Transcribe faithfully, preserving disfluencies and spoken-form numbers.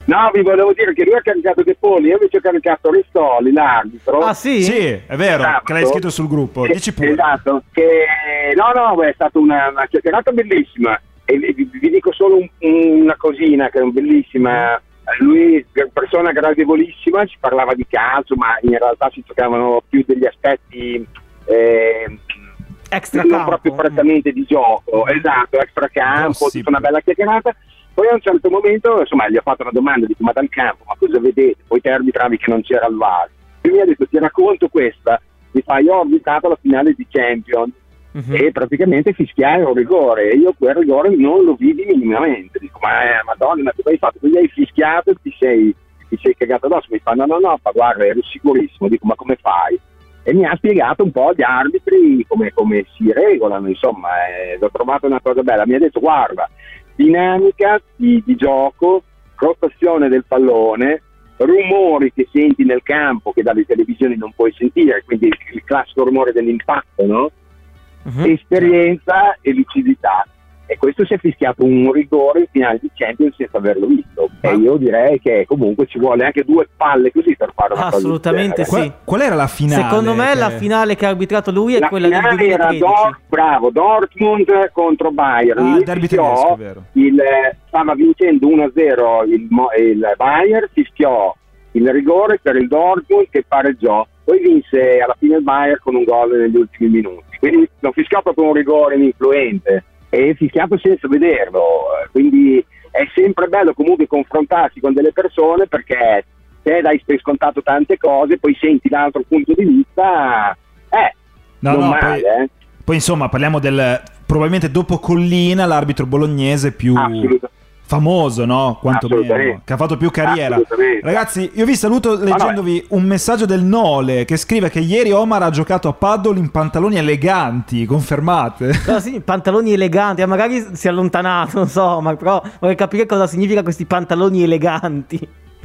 No, vi volevo dire che lui ha caricato De Poli, io invece ho caricato Ristoli, l'arbitro. Ah sì? Sì, è vero, Esatto. che l'hai scritto sul gruppo. Che- Dici pure. Esatto, che no, no, è stata una, una chiacchierata bellissima. E vi, vi- vi dico solo un- una cosina che è bellissima. Lui, persona gradevolissima, ci parlava di calcio, ma in realtà si toccavano più degli aspetti eh, Extra non campo. proprio prettamente di gioco, esatto, extra campo, Gossip. tutta una bella chiacchierata. Poi a un certo momento, insomma, gli ho fatto una domanda, dico, ma dal campo, ma cosa vedete? Poi te arbitravi che non c'era il V A R. E mi ha detto, ti racconto questa, mi fa, io ho arbitrato la finale di Champions Mhm. e praticamente fischiai un rigore, e io quel rigore non lo vidi minimamente. Dico, ma eh, madonna, ma cosa hai fatto? Quindi hai fischiato e ti sei, ti sei cagato addosso. Mi fa, no, no, no, ma guarda, ero sicurissimo. Dico, ma come fai? E mi ha spiegato un po' gli arbitri come, come si regolano, insomma, eh, l'ho trovato una cosa bella. Mi ha detto, guarda, dinamica di, di gioco, rotazione del pallone, rumori che senti nel campo che dalle televisioni non puoi sentire, quindi il classico rumore dell'impatto, no? Mhm. Esperienza e lucidità. E questo si è fischiato un rigore in finale di Champions senza averlo visto. Ma- E io direi che comunque ci vuole anche due palle così per fare una cosa del Assolutamente genere. sì. Qual, qual era la finale? Secondo me che- la finale che ha arbitrato lui è La quella del finale era duemilatredici. Dor- bravo, Dortmund contro Bayern. Ah, il Lui derby fischiò tedesco, vero. il, eh, stava vincendo uno a zero il, Mo- il Bayern, fischiò il rigore per il Dortmund che pareggiò, poi vinse alla fine il Bayern con un gol negli ultimi minuti. Quindi non fischiò proprio un rigore influente, e fischiato senza vederlo, quindi è sempre bello comunque confrontarsi con delle persone, perché te dai per scontato tante cose, poi senti l'altro punto di vista, eh, No, non no, male, poi, eh. poi insomma parliamo del probabilmente dopo Collina l'arbitro bolognese più Assolutamente. famoso, no? Quantomeno, Assolutamente. che ha fatto più carriera. Assolutamente. Ragazzi, io vi saluto leggendovi un messaggio del Nole che scrive che ieri Omar ha giocato a paddle in pantaloni eleganti, confermate? Però sì, pantaloni eleganti, eh, magari si è allontanato, non so, ma però vorrei capire cosa significa questi pantaloni eleganti.